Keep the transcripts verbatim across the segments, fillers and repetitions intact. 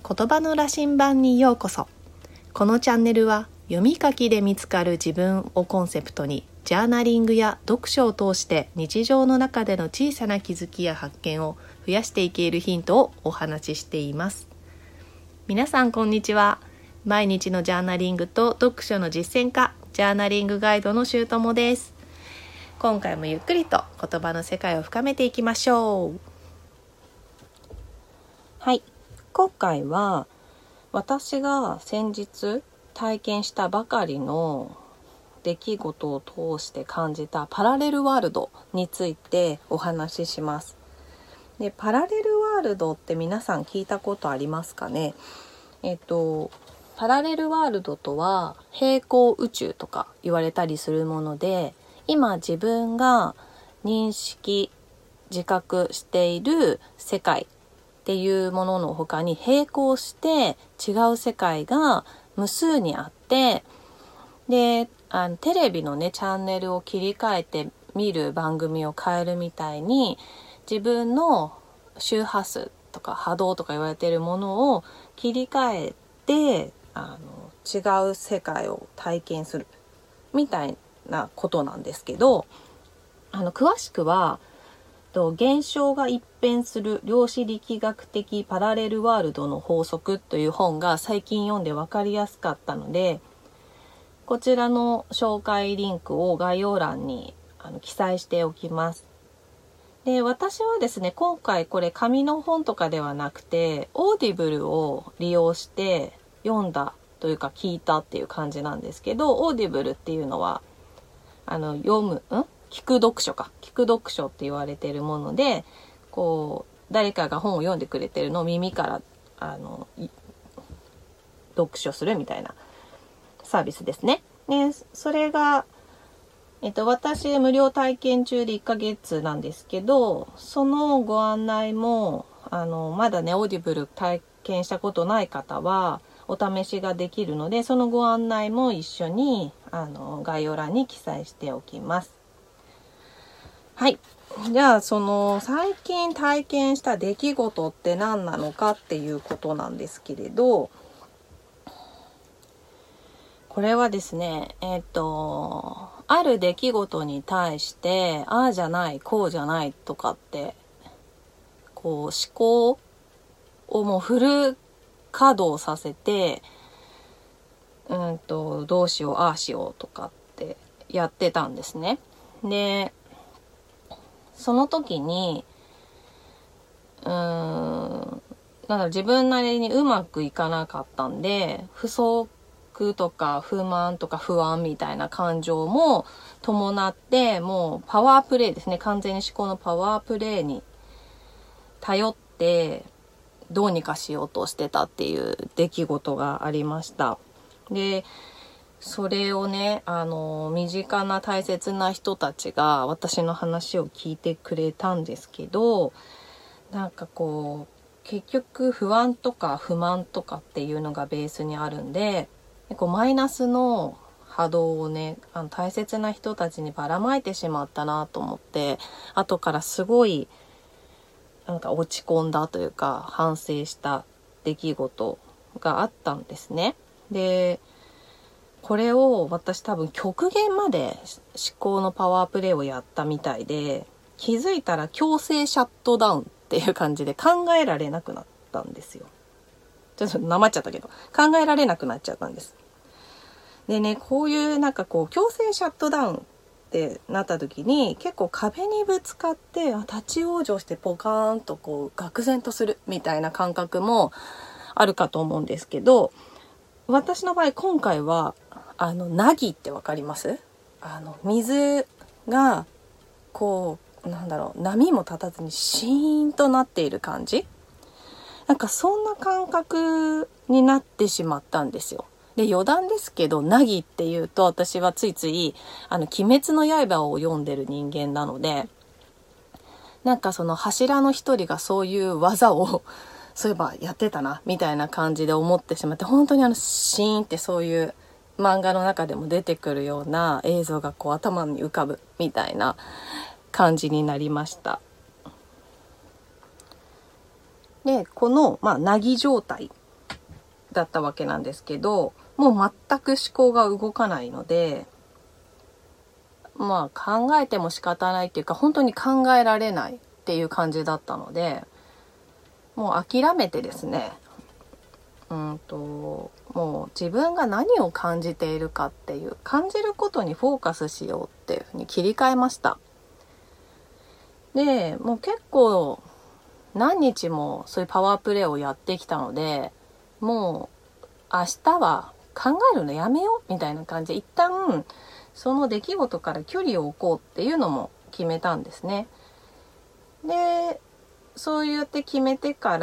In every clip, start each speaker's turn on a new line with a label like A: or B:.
A: 言葉の羅針盤にようこそ。このチャンネルは読み書きで見つかる自分をコンセプトに、ジャーナリングや読書を通して日常の中での小さな気づきや発見を増やしていけるヒントをお話ししています。皆さんこんにちは。毎日のジャーナリングと読書の実践家、ジャーナリングガイドのしゅうともです。今回もゆっくりと言葉の世界を深めていきましょう。
B: はい、今回は私が先日体験したばかりの出来事を通して感じたパラレルワールドについてお話しします。で、パラレルワールドって皆さん聞いたことありますかね。えっとパラレルワールドとは平行宇宙とか言われたりするもので、今自分が認識自覚している世界っていうものの他に並行して違う世界が無数にあって、であのテレビのねチャンネルを切り替えて見る番組を変えるみたいに、自分の周波数とか波動とか言われているものを切り替えてあの違う世界を体験するみたいなことなんですけど、あの詳しくは現象が一変する量子力学的パラレルワールドの法則という本が最近読んで分かりやすかったので、こちらの紹介リンクを概要欄にあの記載しておきます。で、私はですね、今回これ紙の本とかではなくてオーディブルを利用して読んだというか聞いたっていう感じなんですけど、オーディブルっていうのはあの読むん聞く読書か聞く読書って言われているもので、こう誰かが本を読んでくれてるのを耳からあの読書するみたいなサービスですね。でそれが、えっと、私無料体験中でいっかげつなんですけど、そのご案内もあのまだねオーディブル体験したことない方はお試しができるので、そのご案内も一緒にあの概要欄に記載しておきます。はい。じゃあその最近体験した出来事って何なのかっていうことなんですけれど、これはですね、えっとある出来事に対してああじゃないこうじゃないとかってこう思考をもうフル稼働させて、うんとどうしようああしようとかってやってたんですね。でその時にうーんなんだ自分なりにうまくいかなかったんで、不足とか不満とか不安みたいな感情も伴って、もうパワープレイですね、完全に思考のパワープレイに頼ってどうにかしようとしてたっていう出来事がありました。でそれをね、あの身近な大切な人たちが私の話を聞いてくれたんですけど、なんかこう結局不安とか不満とかっていうのがベースにあるんで、こうマイナスの波動をねあの大切な人たちにばらまいてしまったなと思って、後からすごいなんか落ち込んだというか反省した出来事があったんですね。でこれを私多分極限まで思考のパワープレイをやったみたいで、気づいたら強制シャットダウンっていう感じで考えられなくなったんですよ。ちょっとなまっちゃったけど考えられなくなっちゃったんです。でね、こういうなんかこう強制シャットダウンってなった時に結構壁にぶつかって立ち往生してポカーンとこう愕然とするみたいな感覚もあるかと思うんですけど、私の場合今回はあのナギってわかります？あの水がこうなんだろう波も立たずにシーンとなっている感じ、なんかそんな感覚になってしまったんですよ。で余談ですけど、ナギっていうと私はついついあの鬼滅の刃を読んでる人間なので、なんかその柱の一人がそういう技をそういえばやってたなみたいな感じで思ってしまって、本当にあのシーンってそういう漫画の中でも出てくるような映像がこう頭に浮かぶみたいな感じになりました。でこのまあ凪状態だったわけなんですけど、もう全く思考が動かないので、まあ考えても仕方ないっていうか、本当に考えられないっていう感じだったので、もう諦めてですね、うんともう自分が何を感じているかっていう、感じることにフォーカスしようっていうふうに切り替えました。で、もう結構何日もそういうパワープレイをやってきたので、もう明日は考えるのやめようみたいな感じで、一旦その出来事から距離を置こうっていうのも決めたんですね。で、そうやって決めてから、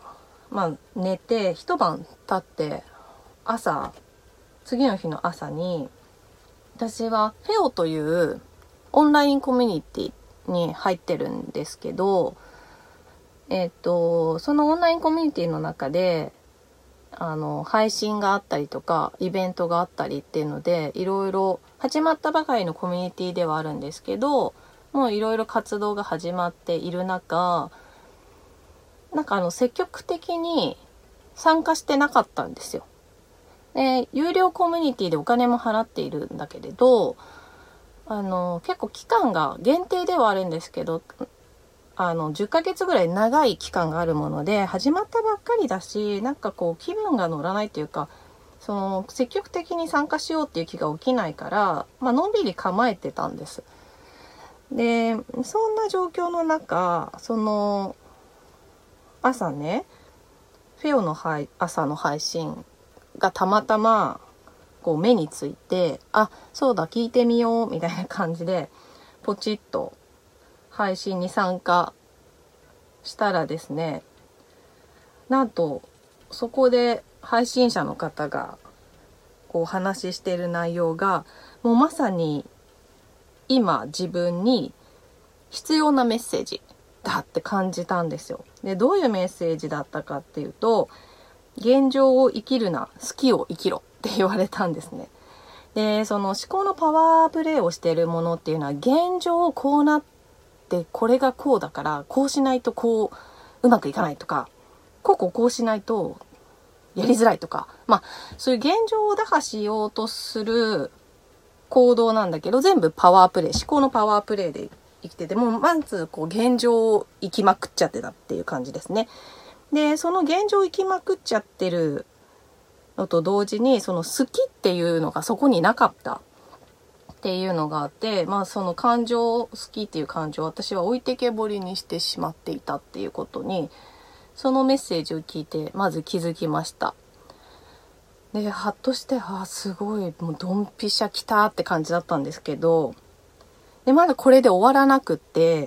B: まあ寝て一晩経って朝、次の日の朝に、私はフェオというオンラインコミュニティに入ってるんですけど、えっと、そのオンラインコミュニティの中で、あの、配信があったりとか、イベントがあったりっていうので、いろいろ始まったばかりのコミュニティではあるんですけど、もういろいろ活動が始まっている中、なんかあの、積極的に参加してなかったんですよ。で、有料コミュニティでお金も払っているんだけれど、あの、結構期間が限定ではあるんですけど、あの、じゅっかげつぐらい長い期間があるもので、始まったばっかりだし、なんかこう気分が乗らないというか、その、積極的に参加しようっていう気が起きないから、まあ、のんびり構えてたんです。で、そんな状況の中、その、朝ね、フェオの配朝の配信がたまたま、こう目について、あ、そうだ、聞いてみよう、みたいな感じで、ポチッと配信に参加したらですね、なんとそこで配信者の方がこうお話ししている内容が、もうまさに今自分に必要なメッセージだって感じたんですよ。で、どういうメッセージだったかっていうと、現状を生きるな、好きを生きろって言われたんですね。で、その思考のパワープレイをしているものっていうのは、現状こうなってこれがこうだからこうしないとこううまくいかないとか、こうこうこうしないとやりづらいとか、まあそういう現状を打破しようとする行動なんだけど、全部パワープレイ、思考のパワープレイで生きてて、もうまずこう現状を生きまくっちゃってたっていう感じですね。で、その現状を生きまくっちゃってるのと同時に、その好きっていうのがそこになかったっていうのがあって、まあその感情、好きっていう感情を私は置いてけぼりにしてしまっていたっていうことに、そのメッセージを聞いてまず気づきました。で、はっとして、あ、すごい、もうドンピシャ来たって感じだったんですけど、で、まだこれで終わらなくって、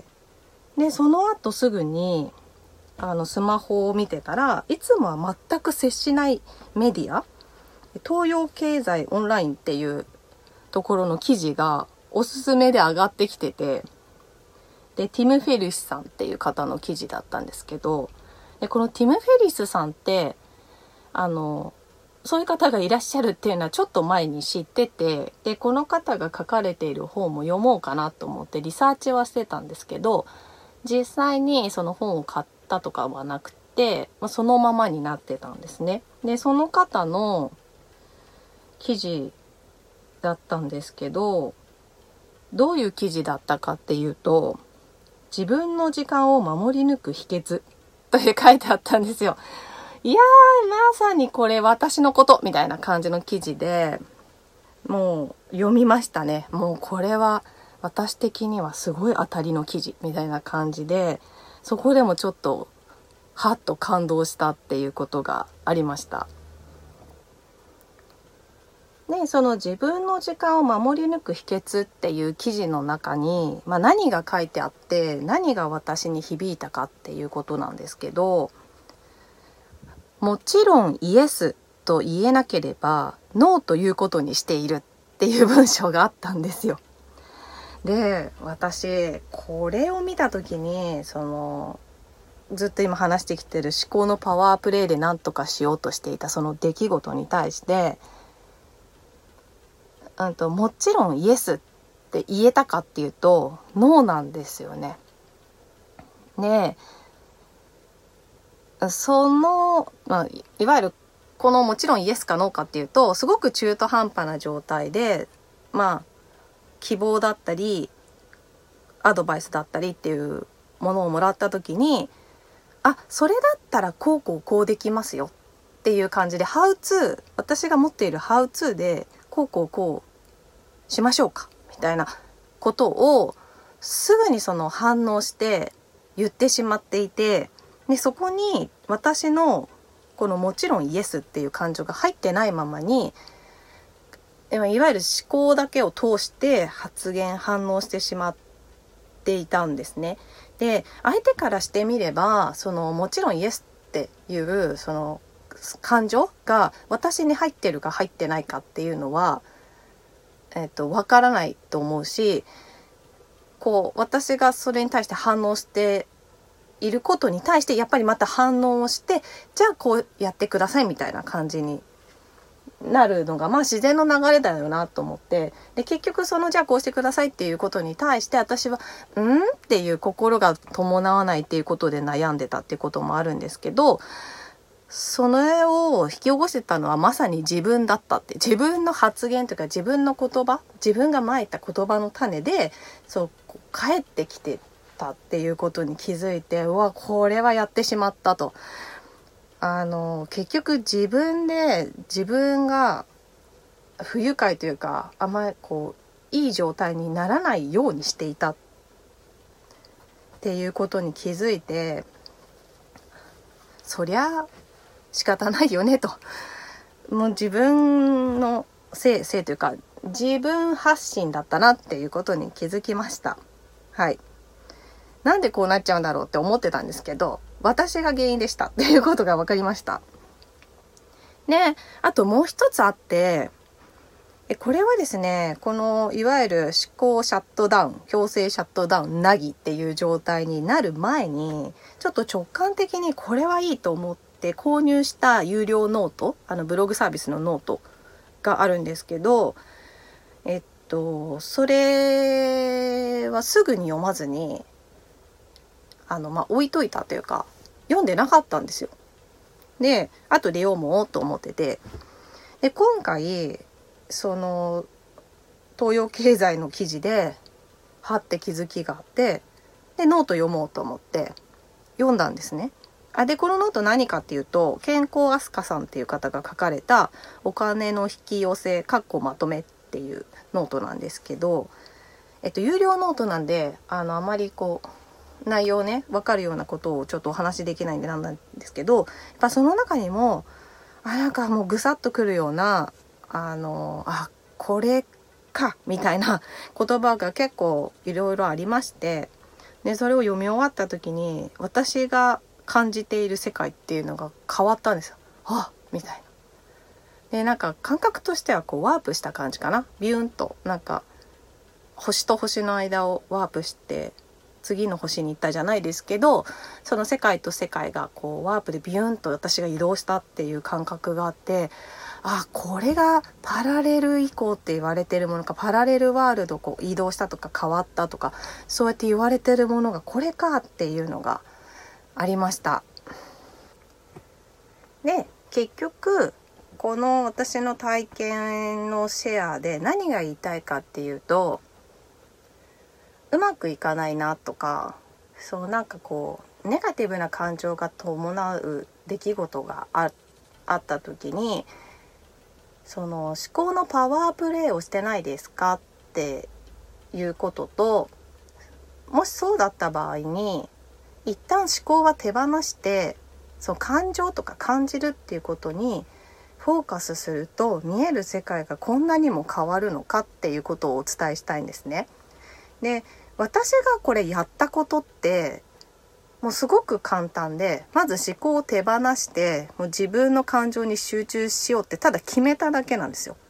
B: で、その後すぐに、あの、スマホを見てたら、いつもは全く接しないメディア、東洋経済オンラインっていうところの記事がおすすめで上がってきてて、で、ティム・フェリスさんっていう方の記事だったんですけど、で、このティム・フェリスさんって、あの、そういう方がいらっしゃるっていうのはちょっと前に知ってて、で、この方が書かれている本も読もうかなと思ってリサーチはしてたんですけど、実際にその本を買ったとかはなくて、そのままになってたんですね。で、その方の記事だったんですけど、どういう記事だったかっていうと、自分の時間を守り抜く秘訣と書いてあったんですよ。いやー、まさにこれ私のことみたいな感じの記事で、もう読みましたね。もうこれは私的にはすごい当たりの記事みたいな感じで、そこでもちょっとはっと感動したっていうことがありました。で、その自分の時間を守り抜く秘訣っていう記事の中に、まあ、何が書いてあって何が私に響いたかっていうことなんですけど、もちろんイエスと言えなければノーということにしているっていう文章があったんですよ。で、私これを見た時に、そのずっと今話してきてる思考のパワープレイで何とかしようとしていたその出来事に対して、うんと、もちろんイエスって言えたかっていうとノーなんですよね。で、その、まあ、いわゆるこのもちろんイエスかノーかっていうとすごく中途半端な状態で、まあ希望だったりアドバイスだったりっていうものをもらった時に、あ、それだったらこうこうこうできますよっていう感じで、ハウツー、私が持っているハウツーでこうこうこうしましょうかみたいなことをすぐにその反応して言ってしまっていて、でそこに私のこのもちろんイエスっていう感情が入ってないままに、いわゆる思考だけを通して発言反応してしまっていたんですね。で相手からしてみれば、そのもちろんイエスっていうその感情が私に入ってるか入ってないかっていうのは、えっと、わからないと思うし、こう私がそれに対して反応していることに対してやっぱりまた反応をして、じゃあこうやってくださいみたいな感じになるのがまあ自然の流れだよなと思って、で結局そのじゃあこうしてくださいっていうことに対して私はんっていう心が伴わないっていうことで悩んでたっていうこともあるんですけど、それを引き起こしてたのはまさに自分だったって、自分の発言というか自分の言葉、自分がまいた言葉の種でそう返ってきてたっていうことに気づいて、うわこれはやってしまったと。あの結局自分で自分が不愉快というか、あんまりこういい状態にならないようにしていたっていうことに気づいて、そりゃ仕方ないよねと。もう自分のせいせいというか自分発信だったなっていうことに気づきました。はい。なんでこうなっちゃうんだろうって思ってたんですけど、私が原因でしたっていうことが分かりました。で、あともう一つあって、これはですね、このいわゆる思考シャットダウン、強制シャットダウン、ナギっていう状態になる前に、ちょっと直感的にこれはいいと思って購入した有料ノート、あのブログサービスのノートがあるんですけど、えっと、それはすぐに読まずに、あの、まあ、置いといたというか、読んでなかったんですよ。で、後で読もうと思ってて。で、今回、その、東洋経済の記事で、はって気づきがあって、で、ノート読もうと思って、読んだんですね。あ、で、このノート何かっていうと、健康あすかさんっていう方が書かれた、お金の引き寄せ、かっこまとめっていうノートなんですけど、えっと、有料ノートなんで、あの、あまりこう、内容ね分かるようなことをちょっとお話しできないんでなんなんですけど、やっぱその中にもあなんかもうぐさっとくるようなあのあこれかみたいな言葉が結構いろいろありまして、でそれを読み終わった時に私が感じている世界っていうのが変わったんですよ。あみたいな。でなんか感覚としてはこうワープした感じかな。ビューンとなんか星と星の間をワープして次の星に行ったじゃないですけど、その世界と世界がこうワープでビューンと私が移動したっていう感覚があって、あこれがパラレル移行って言われてるものか、パラレルワールドこう移動したとか変わったとか、そうやって言われてるものがこれかっていうのがありました。で結局この私の体験のシェアで何が言いたいかっていうと、うまくいかないなとか、そうなんかこうネガティブな感情が伴う出来事が あ, あった時に、その思考のパワープレイをしてないですかっていうことと、もしそうだった場合に一旦思考は手放して、その感情とか感じるっていうことにフォーカスすると見える世界がこんなにも変わるのかっていうことをお伝えしたいんですね。で私がこれやったことってもうすごく簡単で、まず思考を手放してもう自分の感情に集中しようってただ決めただけなんですよ。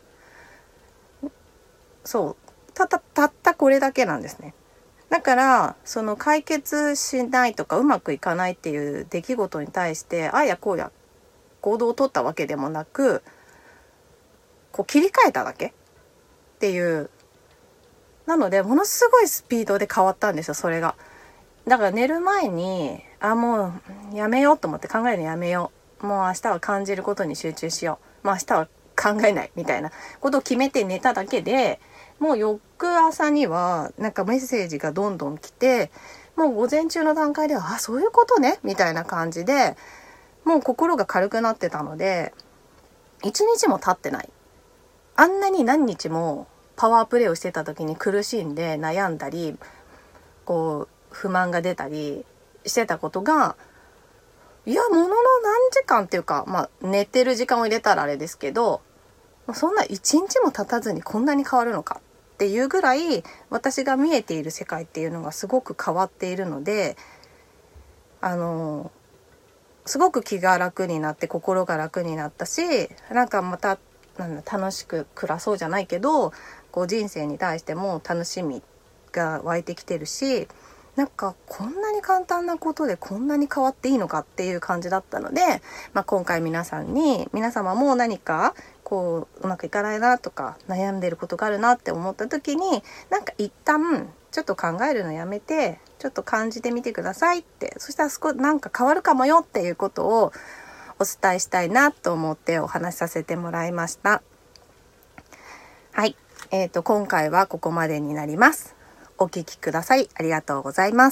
B: そうたったたったこれだけなんですね。だからその解決しないとかうまくいかないっていう出来事に対してあやこうや行動を取ったわけでもなく、こう切り替えただけっていう、なのでものすごいスピードで変わったんですよ、それが。だから寝る前にあもうやめようと思って、考えるのやめよう、
A: もう明日は感じることに集中しよう、もう明日は考えないみたいなことを決めて寝ただけで、もう翌朝にはなんかメッセージがどんどん来て、もう午前中の段階ではあそういうことねみたいな感じで、もう心が軽くなってたので、一日も経ってない、あんなに何日もパワープレイをしてた時に苦しんで悩んだり、こう不満が出たりしてたことが、いやものの何時間っていうか、まあ寝てる時間を入れたらあれですけど、そんな一日も経たずにこんなに変わるのかっていうぐらい、私が見えている世界っていうのがすごく変わっているので、あのすごく気が楽になって心が楽になったし、なんかまたなんだ楽しく暮らそうじゃないけど、こう人生に対しても楽しみが湧いてきてるし、なんかこんなに簡単なことでこんなに変わっていいのかっていう感じだったので、まあ、今回皆さんに、皆様も何かこううまくいかないなとか悩んでることがあるなって思った時に、なんか一旦ちょっと考えるのやめて、ちょっと感じてみてくださいって、そしたら少しなんか変わるかもよっていうことをお伝えしたいなと思ってお話しさせてもらいました。はい、えーと今回はここまでになります。お聞きくださいありがとうございます。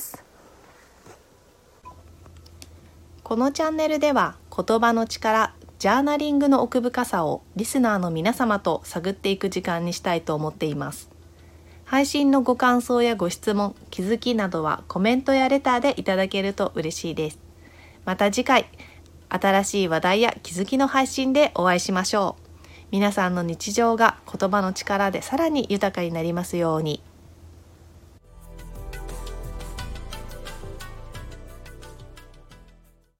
A: このチャンネルでは言葉の力、ジャーナリングの奥深さをリスナーの皆様と探っていく時間にしたいと思っています。配信のご感想やご質問、気づきなどはコメントやレターでいただけると嬉しいです。また次回、新しい話題や気づきの配信でお会いしましょう。皆さんの日常が言葉の力でさらに豊かになりますように。